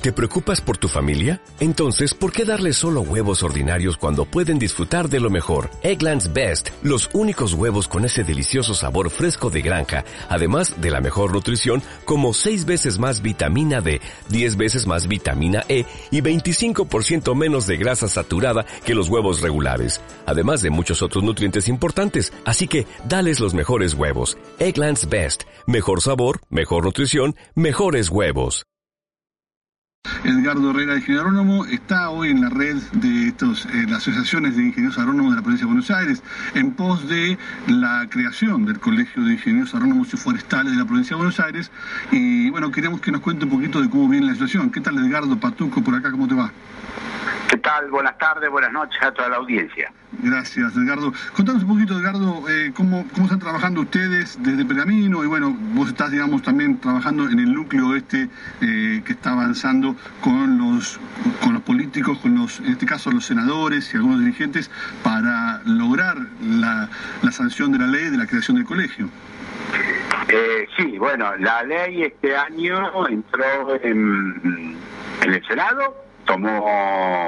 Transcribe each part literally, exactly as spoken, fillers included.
¿Te preocupas por tu familia? Entonces, ¿por qué darles solo huevos ordinarios cuando pueden disfrutar de lo mejor? Eggland's Best, los únicos huevos con ese delicioso sabor fresco de granja, además de la mejor nutrición, como seis veces más vitamina D, diez veces más vitamina E y veinticinco por ciento menos de grasa saturada que los huevos regulares, además de muchos otros nutrientes importantes. Así que, dales los mejores huevos. Eggland's Best, mejor sabor, mejor nutrición, mejores huevos. Edgardo Herrera, ingeniero agrónomo, está hoy en la red de estos, eh, las asociaciones de ingenieros agrónomos de la provincia de Buenos Aires en pos de la creación del Colegio de Ingenieros Agrónomos y Forestales de la provincia de Buenos Aires. Y bueno, queremos que nos cuente un poquito de cómo viene la situación. ¿Qué tal, Edgardo Patuco, por acá? ¿Cómo te va? ¿Qué tal? Buenas tardes, buenas noches a toda la audiencia. Gracias, Edgardo. Contanos un poquito, Edgardo, eh, cómo, cómo están trabajando ustedes desde Pergamino, y bueno, vos estás, digamos, también trabajando en el núcleo este eh, que está avanzando con los con los políticos, con los, en este caso, los senadores y algunos dirigentes, para lograr la, la sanción de la ley de la creación del colegio. Eh, sí, bueno, la ley este año entró en, en el Senado, tomó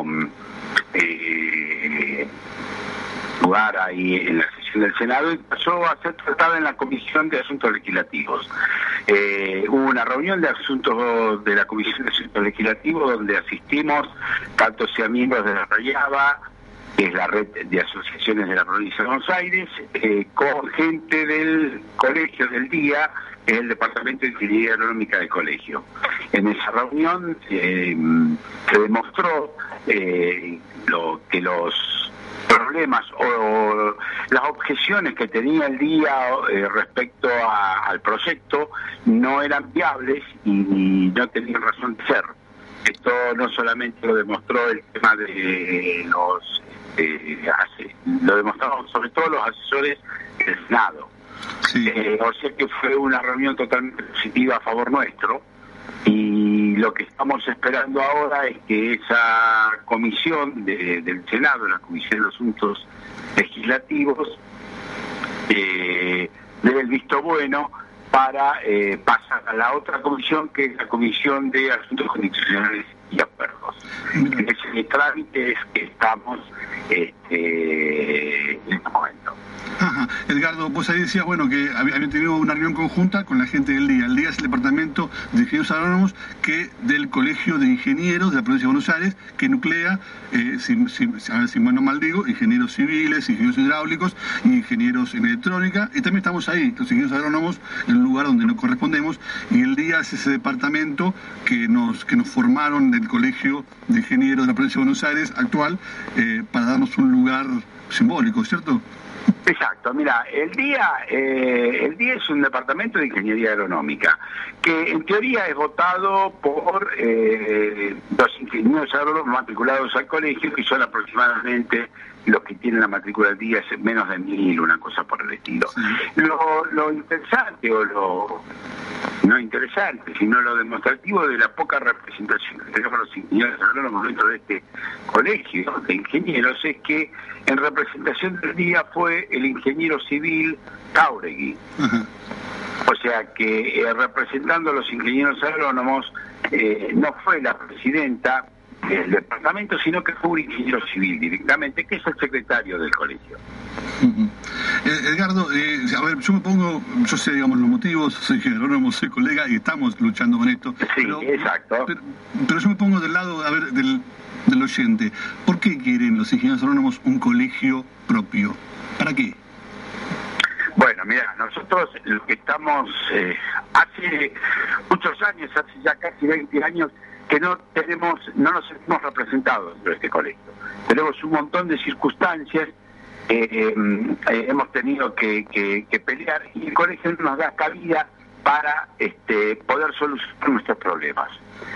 eh, lugar ahí en la sesión del Senado y pasó a ser tratada en la Comisión de Asuntos Legislativos. Eh, hubo una reunión de asuntos de la Comisión de Asuntos Legislativos donde asistimos, tanto sea miembros de la RAIABA, que es la red de asociaciones de la provincia de Buenos Aires, eh, con gente del colegio del día, que es el Departamento de Ingeniería Agronómica del colegio. En esa reunión eh, se demostró eh, lo, que los problemas o, o las objeciones que tenía el día eh, respecto a, al proyecto no eran viables y, y no tenían razón de ser. Esto no solamente lo demostró el tema de los Eh, hace, lo demostraron sobre todo los asesores del Senado. Sí. Eh, o sea que fue una reunión totalmente positiva a favor nuestro, y lo que estamos esperando ahora es que esa comisión de, del Senado, la Comisión de Asuntos Legislativos, eh, dé el visto bueno para eh, pasar a la otra comisión, que es la Comisión de Asuntos Constitucionales y Acuerdos. En ese trámite es que estamos este, en este momento. Ajá. Edgardo, vos ahí decías, bueno, que habían tenido una reunión conjunta con la gente del día. El día es el Departamento de Ingenieros Agrónomos que del Colegio de Ingenieros de la provincia de Buenos Aires, que nuclea, eh, si, si, a ver si bueno mal digo, ingenieros civiles, ingenieros hidráulicos y ingenieros en electrónica. Y también estamos ahí, los ingenieros agrónomos, en un lugar donde nos correspondemos. Y el día es ese departamento que nos, que nos formaron del Colegio de Ingenieros de la provincia de Buenos Aires actual, eh, para darnos un lugar simbólico, ¿cierto? Exacto, mira, el día eh, el día es un departamento de ingeniería agronómica que en teoría es votado por eh, los ingenieros agrónomos matriculados al colegio, que son aproximadamente los que tienen la matrícula del día, es menos de mil, una cosa por el estilo. Sí. Lo, lo interesante o lo no interesante, sino lo demostrativo de la poca representación que tenemos los ingenieros agrónomos dentro de este colegio de ingenieros es que en representación del día fue el ingeniero civil Jauregui. Uh-huh. O sea que eh, representando a los ingenieros agrónomos eh, no fue la presidenta del departamento, sino que fue un ingeniero civil directamente, que es el secretario del colegio. Uh-huh. Eh, Edgardo, eh, a ver, yo me pongo, yo sé, digamos, los motivos, soy agrónomo, soy colega y estamos luchando con esto. Sí, pero, exacto. Pero, pero yo me pongo del lado, a ver, del, del oyente. ¿Por qué quieren los ingenieros agrónomos un colegio propio? ¿Para qué? Bueno, mira, nosotros lo que estamos, eh, hace muchos años, hace ya casi veinte años, que no tenemos, no nos sentimos representados dentro de este colegio. Tenemos un montón de circunstancias, eh, eh, hemos tenido que, que, que pelear, y el colegio no nos da cabida para este, poder solucionar nuestros problemas.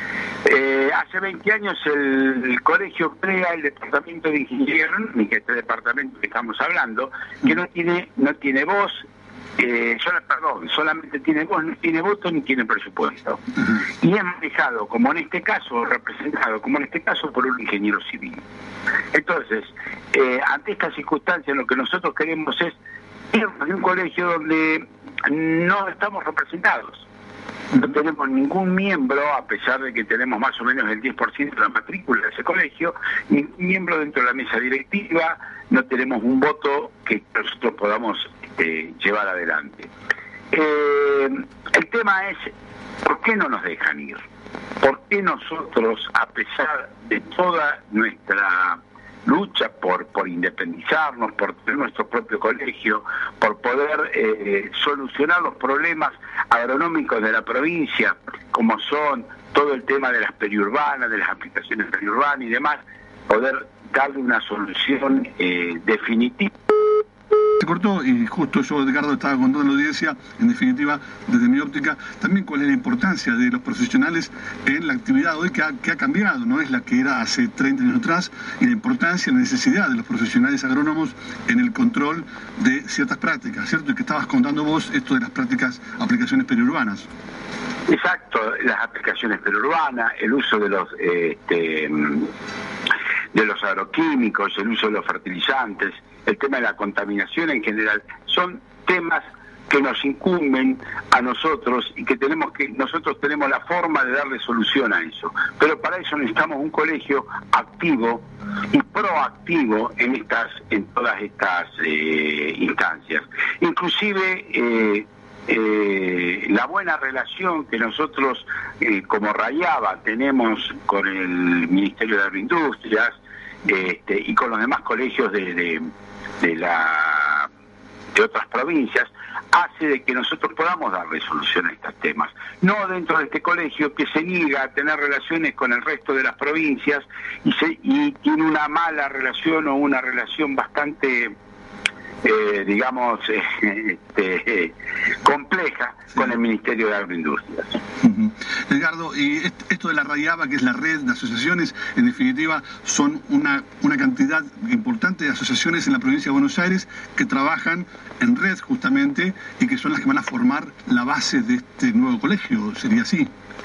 Eh, hace veinte años el, el colegio crea el departamento de ingeniería agronómica, este departamento que estamos hablando, que no tiene, no tiene voz. Eh, sola, perdón, solamente tiene voz, no tiene voto ni tiene presupuesto. Uh-huh. Y es manejado, como en este caso, representado, como en este caso, por un ingeniero civil. Entonces, eh, ante esta circunstancia, lo que nosotros queremos es ir a un colegio donde no estamos representados. No tenemos ningún miembro, a pesar de que tenemos más o menos el diez por ciento de la matrícula de ese colegio, ningún miembro dentro de la mesa directiva, no tenemos un voto que nosotros podamos eh, llevar adelante. Eh, el tema es, ¿por qué no nos dejan ir? ¿Por qué nosotros, a pesar de toda nuestra lucha por, por independizarnos, por tener nuestro propio colegio, por poder eh, solucionar los problemas agronómicos de la provincia, como son todo el tema de las periurbanas, de las aplicaciones periurbanas y demás, poder darle una solución eh, definitiva? Se cortó y justo yo, Edgardo, estaba contando a la audiencia, en definitiva, desde mi óptica, también cuál es la importancia de los profesionales en la actividad hoy que ha, que ha cambiado, no es la que era hace treinta años atrás, y la importancia y la necesidad de los profesionales agrónomos en el control de ciertas prácticas, ¿cierto? Y que estabas contando vos esto de las prácticas, aplicaciones periurbanas. Exacto, las aplicaciones periurbanas, el uso de los... Eh, este, de los agroquímicos, el uso de los fertilizantes, el tema de la contaminación en general, son temas que nos incumben a nosotros y que tenemos que nosotros tenemos la forma de darle solución a eso. Pero para eso necesitamos un colegio activo y proactivo en estas en todas estas eh, instancias. Inclusive eh, Eh, la buena relación que nosotros eh, como Rayaba tenemos con el Ministerio de Agroindustrias este, y con los demás colegios de, de, de, la, de otras provincias hace de que nosotros podamos darle solución a estos temas. No dentro de este colegio que se niega a tener relaciones con el resto de las provincias y, se, y tiene una mala relación o una relación bastante... Eh, digamos, eh, este, compleja sí. con el Ministerio de Agroindustrias. Uh-huh. Edgardo, y esto de la Rayaba, que es la red de asociaciones, en definitiva, son una, una cantidad importante de asociaciones en la provincia de Buenos Aires que trabajan en red justamente y que son las que van a formar la base de este nuevo colegio, ¿sería así?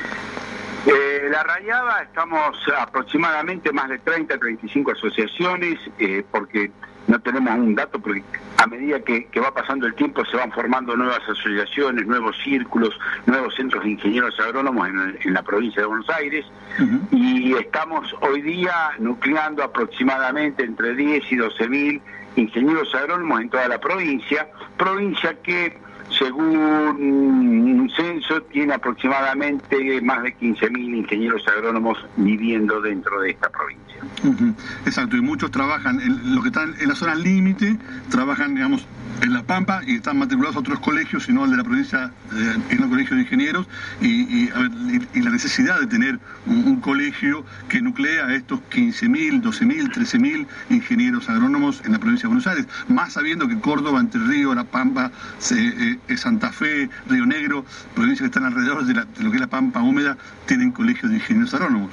Eh, la Rayaba, estamos aproximadamente más de treinta, treinta y cinco asociaciones, eh, porque no tenemos un dato, porque a medida que, que va pasando el tiempo se van formando nuevas asociaciones, nuevos círculos, nuevos centros de ingenieros agrónomos en, en la provincia de Buenos Aires, uh-huh. y estamos hoy día nucleando aproximadamente entre diez y doce mil ingenieros agrónomos en toda la provincia, provincia que según un censo tiene aproximadamente más de quince mil ingenieros agrónomos viviendo dentro de esta provincia. Uh-huh. Exacto, y muchos trabajan, en, los que están en la zona límite, trabajan, digamos, en La Pampa y están matriculados a otros colegios, sino el de la provincia, eh, en el colegio de ingenieros, y, y, a ver, y, y la necesidad de tener un, un colegio que nuclea a estos quince mil, doce mil, trece mil ingenieros agrónomos en la provincia de Buenos Aires, más sabiendo que Córdoba, Entre Ríos, La Pampa, se, eh, Santa Fe, Río Negro, provincias que están alrededor de, la, de lo que es la Pampa húmeda, tienen colegios de ingenieros agrónomos.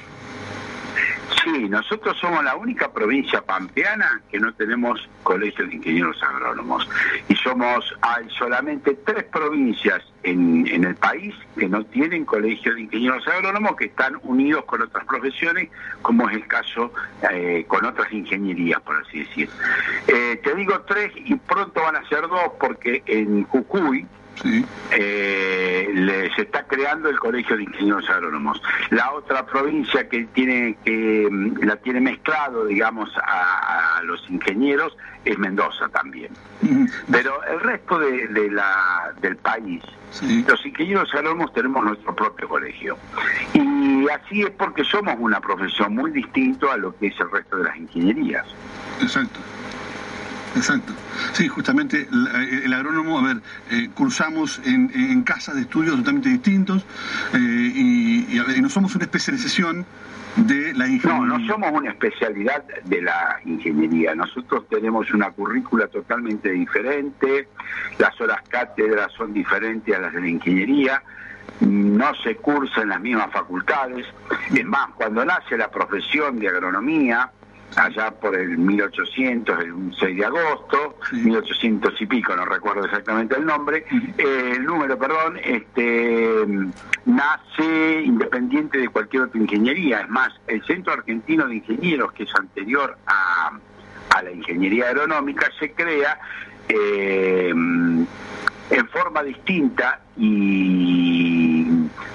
Sí, nosotros somos la única provincia pampeana que no tenemos colegios de ingenieros agrónomos. Y somos, hay solamente tres provincias en, en el país que no tienen colegios de ingenieros agrónomos, que están unidos con otras profesiones, como es el caso eh, con otras ingenierías, por así decir. Eh, te digo tres y pronto van a ser dos, porque en Jujuy, sí. eh, le, se está creando el Colegio de Ingenieros Agrónomos. La otra provincia que tiene que la tiene mezclado, digamos, a, a los ingenieros es Mendoza también. Uh-huh. Pero el resto de, de la del país, sí. los ingenieros agrónomos tenemos nuestro propio colegio. Y así es porque somos una profesión muy distinta a lo que es el resto de las ingenierías. Exacto. Exacto. Sí, justamente el, el agrónomo, a ver, eh, cursamos en, en casas de estudios totalmente distintos eh, y, y, a ver, y no somos una especialización de la ingeniería. No, no somos una especialidad de la ingeniería. Nosotros tenemos una currícula totalmente diferente, las horas cátedras son diferentes a las de la ingeniería, no se cursa en las mismas facultades. Es más, cuando nace la profesión de agronomía, allá por el mil ochocientos, el seis de agosto, sí. mil ochocientos y pico, no recuerdo exactamente el nombre, uh-huh. eh, el número, perdón, este nace independiente de cualquier otra ingeniería. Es más, el Centro Argentino de Ingenieros, que es anterior a, a la ingeniería agronómica, se crea eh, en forma distinta y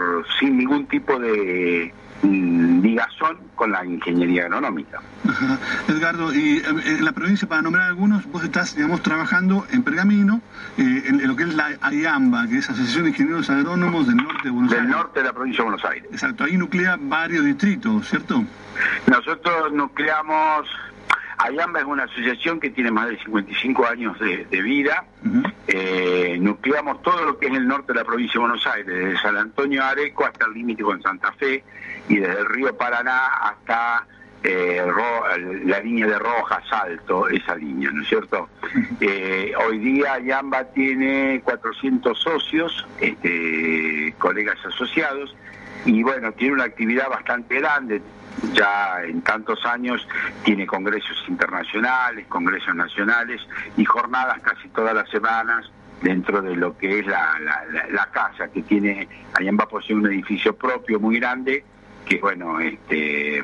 por sin ningún tipo de mm, ligazón con la ingeniería agronómica. Ajá. Edgardo, y en la provincia, para nombrar algunos, vos estás, digamos, trabajando en Pergamino, eh, en, en lo que es la AIAMBA, que es Asociación de Ingenieros Agrónomos del Norte de Buenos Del Aires. Del norte de la provincia de Buenos Aires. Exacto, ahí nuclea varios distritos, ¿cierto? Nosotros nucleamos... AIAMBA es una asociación que tiene más de cincuenta y cinco años de, de vida. Uh-huh. eh, nucleamos todo lo que es el norte de la provincia de Buenos Aires, desde San Antonio de Areco hasta el límite con Santa Fe, y desde el río Paraná hasta eh, Ro- la línea de Rojas, Salto, esa línea, ¿no es cierto? Uh-huh. eh, hoy día AIAMBA tiene cuatrocientos socios, este, colegas asociados, y bueno, tiene una actividad bastante grande. Ya en tantos años tiene congresos internacionales, congresos nacionales y jornadas casi todas las semanas dentro de lo que es la, la, la, la casa que tiene. AIAMBA posee un edificio propio muy grande que bueno, este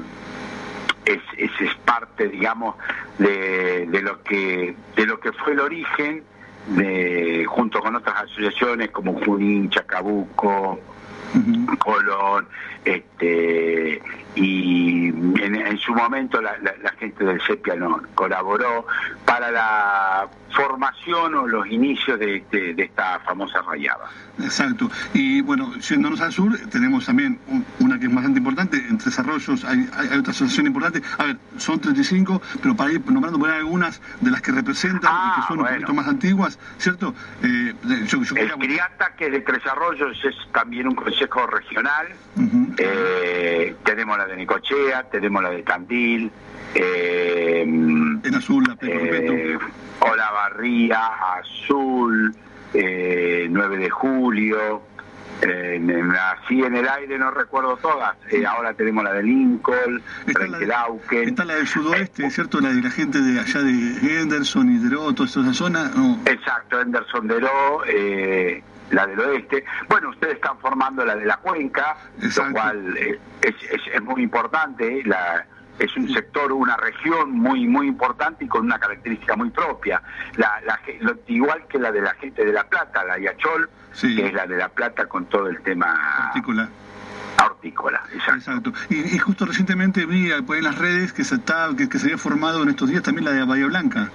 es, es, es parte, digamos, de, de lo que de lo que fue el origen de, junto con otras asociaciones como Junín, Chacabuco, Uh-huh. Colón, este, y en, en su momento la, la, la gente del SEPIA no, colaboró para la formación o los inicios de, de, de esta famosa rayaba. Exacto, y bueno, yéndonos al sur, tenemos también un, una que es bastante importante, en Tres Arroyos hay, hay, hay otra asociación importante, a ver, son treinta y cinco, pero para ir nombrando por ahí algunas de las que representan ah, y que son bueno. un poquito más antiguas, ¿cierto? Eh, yo, yo el Criata, que es de Tres Arroyos, es también un consejo regional. Uh-huh. eh, tenemos la de Necochea, tenemos la de Tandil, eh, en azul la eh, Olavarría, Azul, eh, nueve de julio, eh, en, así en el aire no recuerdo todas. Eh, ahora tenemos la de Lincoln, Trenquelauquen. Está la del sudoeste, eh, ¿cierto? La de la gente de allá de Henderson y Deró, toda esa zona. No. Exacto, Henderson, Deró, eh, la del oeste. Bueno, ustedes están formando la de la cuenca, Exacto. lo cual eh, es, es, es muy importante. La, es un sector, una región muy muy importante y con una característica muy propia. La, la, lo, igual que la de la gente de La Plata, la Yachol, sí. que es la de La Plata con todo el tema... Hortícola. Hortícola, exacto. exacto. Y, y justo recientemente vi pues, en las redes que se, está, que, que se había formado en estos días también la de Bahía Blanca.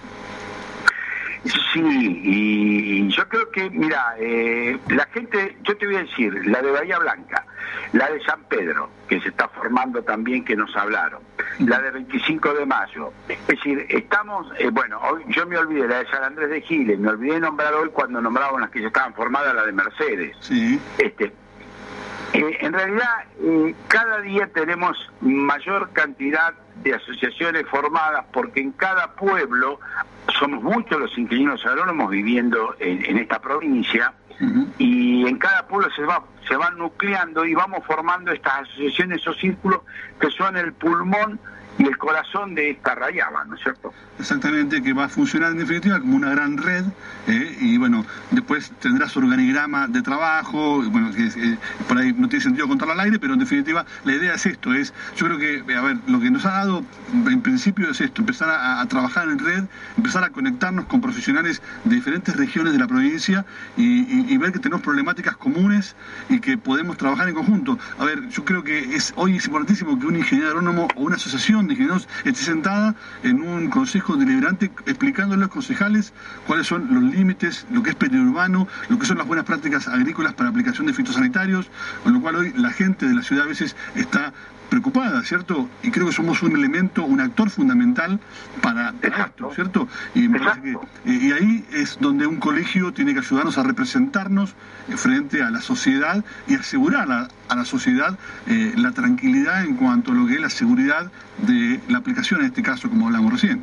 Sí, y yo creo que, mira, eh, la gente, yo te voy a decir, la de Bahía Blanca, la de San Pedro, que se está formando también, que nos hablaron, la de veinticinco de mayo, es decir, estamos, eh, bueno, hoy yo me olvidé la de San Andrés de Giles, me olvidé de nombrar hoy cuando nombraban las que ya estaban formadas, la de Mercedes. Sí. Este, eh, en realidad, eh, cada día tenemos mayor cantidad de asociaciones formadas porque en cada pueblo somos muchos los ingenieros agrónomos viviendo en, en esta provincia. Uh-huh. Y en cada pueblo se va se van nucleando y vamos formando estas asociaciones o círculos que son el pulmón y el corazón de esta rayaba, ¿no es cierto? Exactamente, que va a funcionar en definitiva como una gran red, eh, y bueno, después tendrá su organigrama de trabajo, bueno, que eh, por ahí no tiene sentido contarlo al aire, pero en definitiva la idea es esto, es, yo creo que, a ver, lo que nos ha dado en principio es esto, empezar a, a trabajar en red, empezar a conectarnos con profesionales de diferentes regiones de la provincia y, y, y ver que tenemos problemáticas comunes y que podemos trabajar en conjunto. A ver, yo creo que es hoy es importantísimo que un ingeniero agrónomo o una asociación de ingenieros esté sentada en un consejo deliberante explicándole a los concejales cuáles son los límites, lo que es periurbano, lo que son las buenas prácticas agrícolas para aplicación de fitosanitarios, con lo cual hoy la gente de la ciudad a veces está preocupada, ¿cierto? Y creo que somos un elemento, un actor fundamental para, para esto, ¿cierto? Y me parece que y ahí es donde un colegio tiene que ayudarnos a representarnos frente a la sociedad y asegurar a, a la sociedad eh, la tranquilidad en cuanto a lo que es la seguridad de la aplicación, en este caso, como hablamos recién.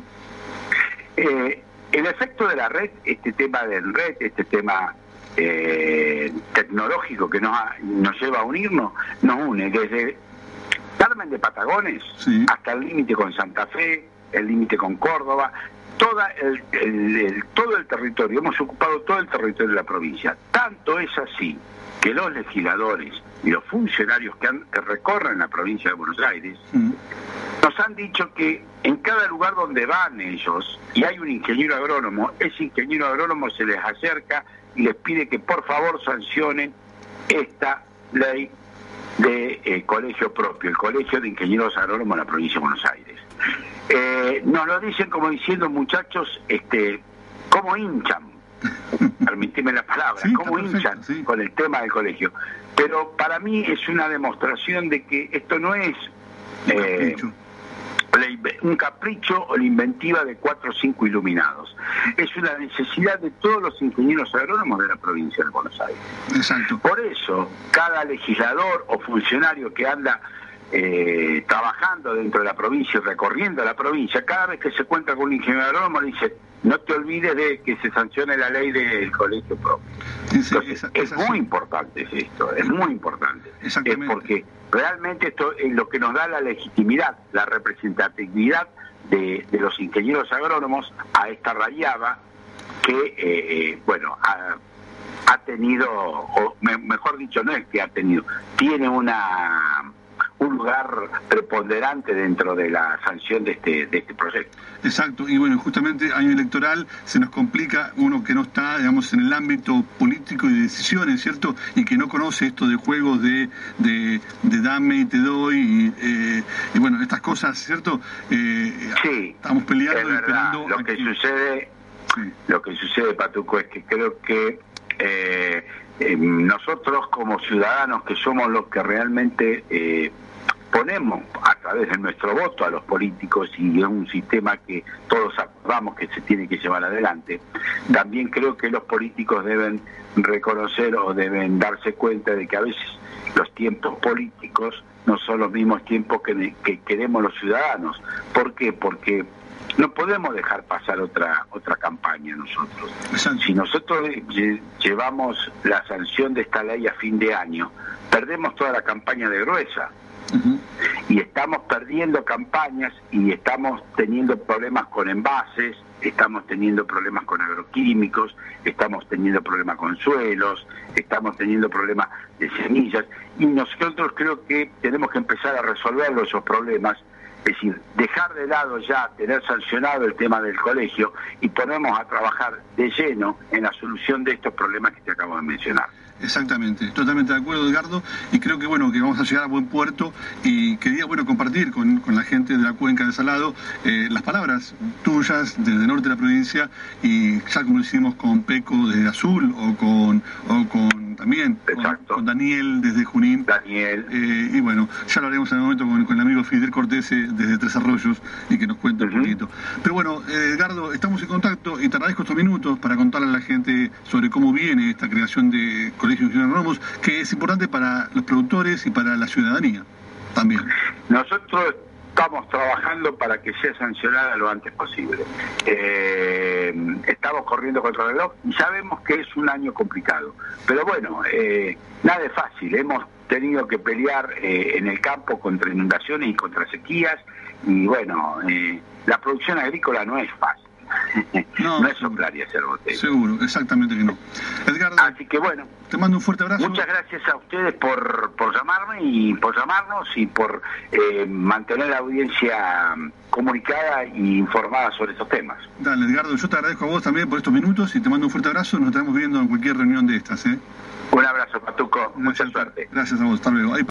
Eh, el efecto de la red, este tema del red, este tema eh, tecnológico que nos, nos lleva a unirnos, nos une desde Carmen de Patagones, sí, hasta el límite con Santa Fe, el límite con Córdoba, toda el, el, el, todo el territorio, hemos ocupado todo el territorio de la provincia. Tanto es así que los legisladores y los funcionarios que, han, que recorren la provincia de Buenos Aires mm. nos han dicho que en cada lugar donde van ellos y hay un ingeniero agrónomo, ese ingeniero agrónomo se les acerca y les pide que por favor sancionen esta ley de eh, colegio propio, el Colegio de Ingenieros Agrónomos de la Provincia de Buenos Aires. Eh, nos lo dicen como diciendo, muchachos, este, ¿cómo hinchan? Permitime la palabra, sí, ¿cómo perfecto, hinchan sí. con el tema del colegio? Pero para mí es una demostración de que esto no es eh, un capricho o la inventiva de cuatro o cinco iluminados. Es una necesidad de todos los ingenieros agrónomos de la provincia de Buenos Aires. Exacto. Por eso, cada legislador o funcionario que anda eh, trabajando dentro de la provincia y recorriendo la provincia, cada vez que se encuentra con un ingeniero agrónomo le dice: no te olvides de que se sancione la ley del colegio propio. Ese, Entonces, esa, es esa muy sí. importante esto, es muy importante. Exactamente. Es porque realmente esto es lo que nos da la legitimidad, la representatividad de, de los ingenieros agrónomos a esta rayaba que, eh, eh, bueno, ha, ha tenido, o me, mejor dicho, no es que ha tenido, tiene una un lugar preponderante dentro de la sanción de este de este proyecto. Exacto, y bueno, justamente año electoral se nos complica uno que no está, digamos, en el ámbito político y de decisiones, ¿cierto? Y que no conoce esto de juegos de de, de dame y te doy, y, eh, y bueno, estas cosas, ¿cierto? Eh, sí, estamos peleando es y verdad. esperando. Lo que aquí. sucede, sí. lo que sucede, Patuco, es que creo que eh, eh, nosotros como ciudadanos que somos los que realmente eh, ponemos a través de nuestro voto a los políticos y es un sistema que todos acordamos que se tiene que llevar adelante, también creo que los políticos deben reconocer o deben darse cuenta de que a veces los tiempos políticos no son los mismos tiempos que, que queremos los ciudadanos. ¿Por qué? Porque no podemos dejar pasar otra otra campaña nosotros. Exacto. Si nosotros llevamos la sanción de esta ley a fin de año, perdemos toda la campaña de Gruesa. Uh-huh. Y estamos perdiendo campañas y estamos teniendo problemas con envases, estamos teniendo problemas con agroquímicos, estamos teniendo problemas con suelos, estamos teniendo problemas de semillas, y nosotros creo que tenemos que empezar a resolver esos problemas, es decir, dejar de lado ya tener sancionado el tema del colegio y ponernos a trabajar de lleno en la solución de estos problemas que te acabo de mencionar. Exactamente, totalmente de acuerdo, Edgardo, y creo que bueno que vamos a llegar a buen puerto, y quería bueno compartir con, con la gente de la cuenca de Salado eh, las palabras tuyas desde el norte de la provincia, y ya como lo hicimos con Peco desde Azul, o con o con también con, con Daniel desde Junín. Daniel. Eh, y bueno, ya lo haremos en el momento con, con el amigo Fidel Cortés desde Tres Arroyos, y que nos cuente uh-huh. un poquito. Pero bueno, eh, Edgardo, estamos en contacto y te agradezco estos minutos para contarle a la gente sobre cómo viene esta creación de Colegio de Ingenieros Agrónomos, que es importante para los productores y para la ciudadanía también. Nosotros estamos trabajando para que sea sancionada lo antes posible. Eh, estamos corriendo contra el reloj y sabemos que es un año complicado. Pero bueno, eh, nada es fácil. Hemos tenido que pelear eh, en el campo contra inundaciones y contra sequías. Y bueno, eh, la producción agrícola no es fácil. No, no es soplar y hacer botella. Seguro, exactamente que no. Edgardo, así que bueno, te mando un fuerte abrazo. Muchas gracias a ustedes por, por llamarme y por llamarnos y por eh, mantener la audiencia comunicada e informada sobre estos temas. Dale, Edgardo, yo te agradezco a vos también por estos minutos y te mando un fuerte abrazo. Nos estaremos viendo en cualquier reunión de estas, ¿eh? Un abrazo, Patuco. Mucha Gracias, suerte. Gracias a vos, hasta luego. Ahí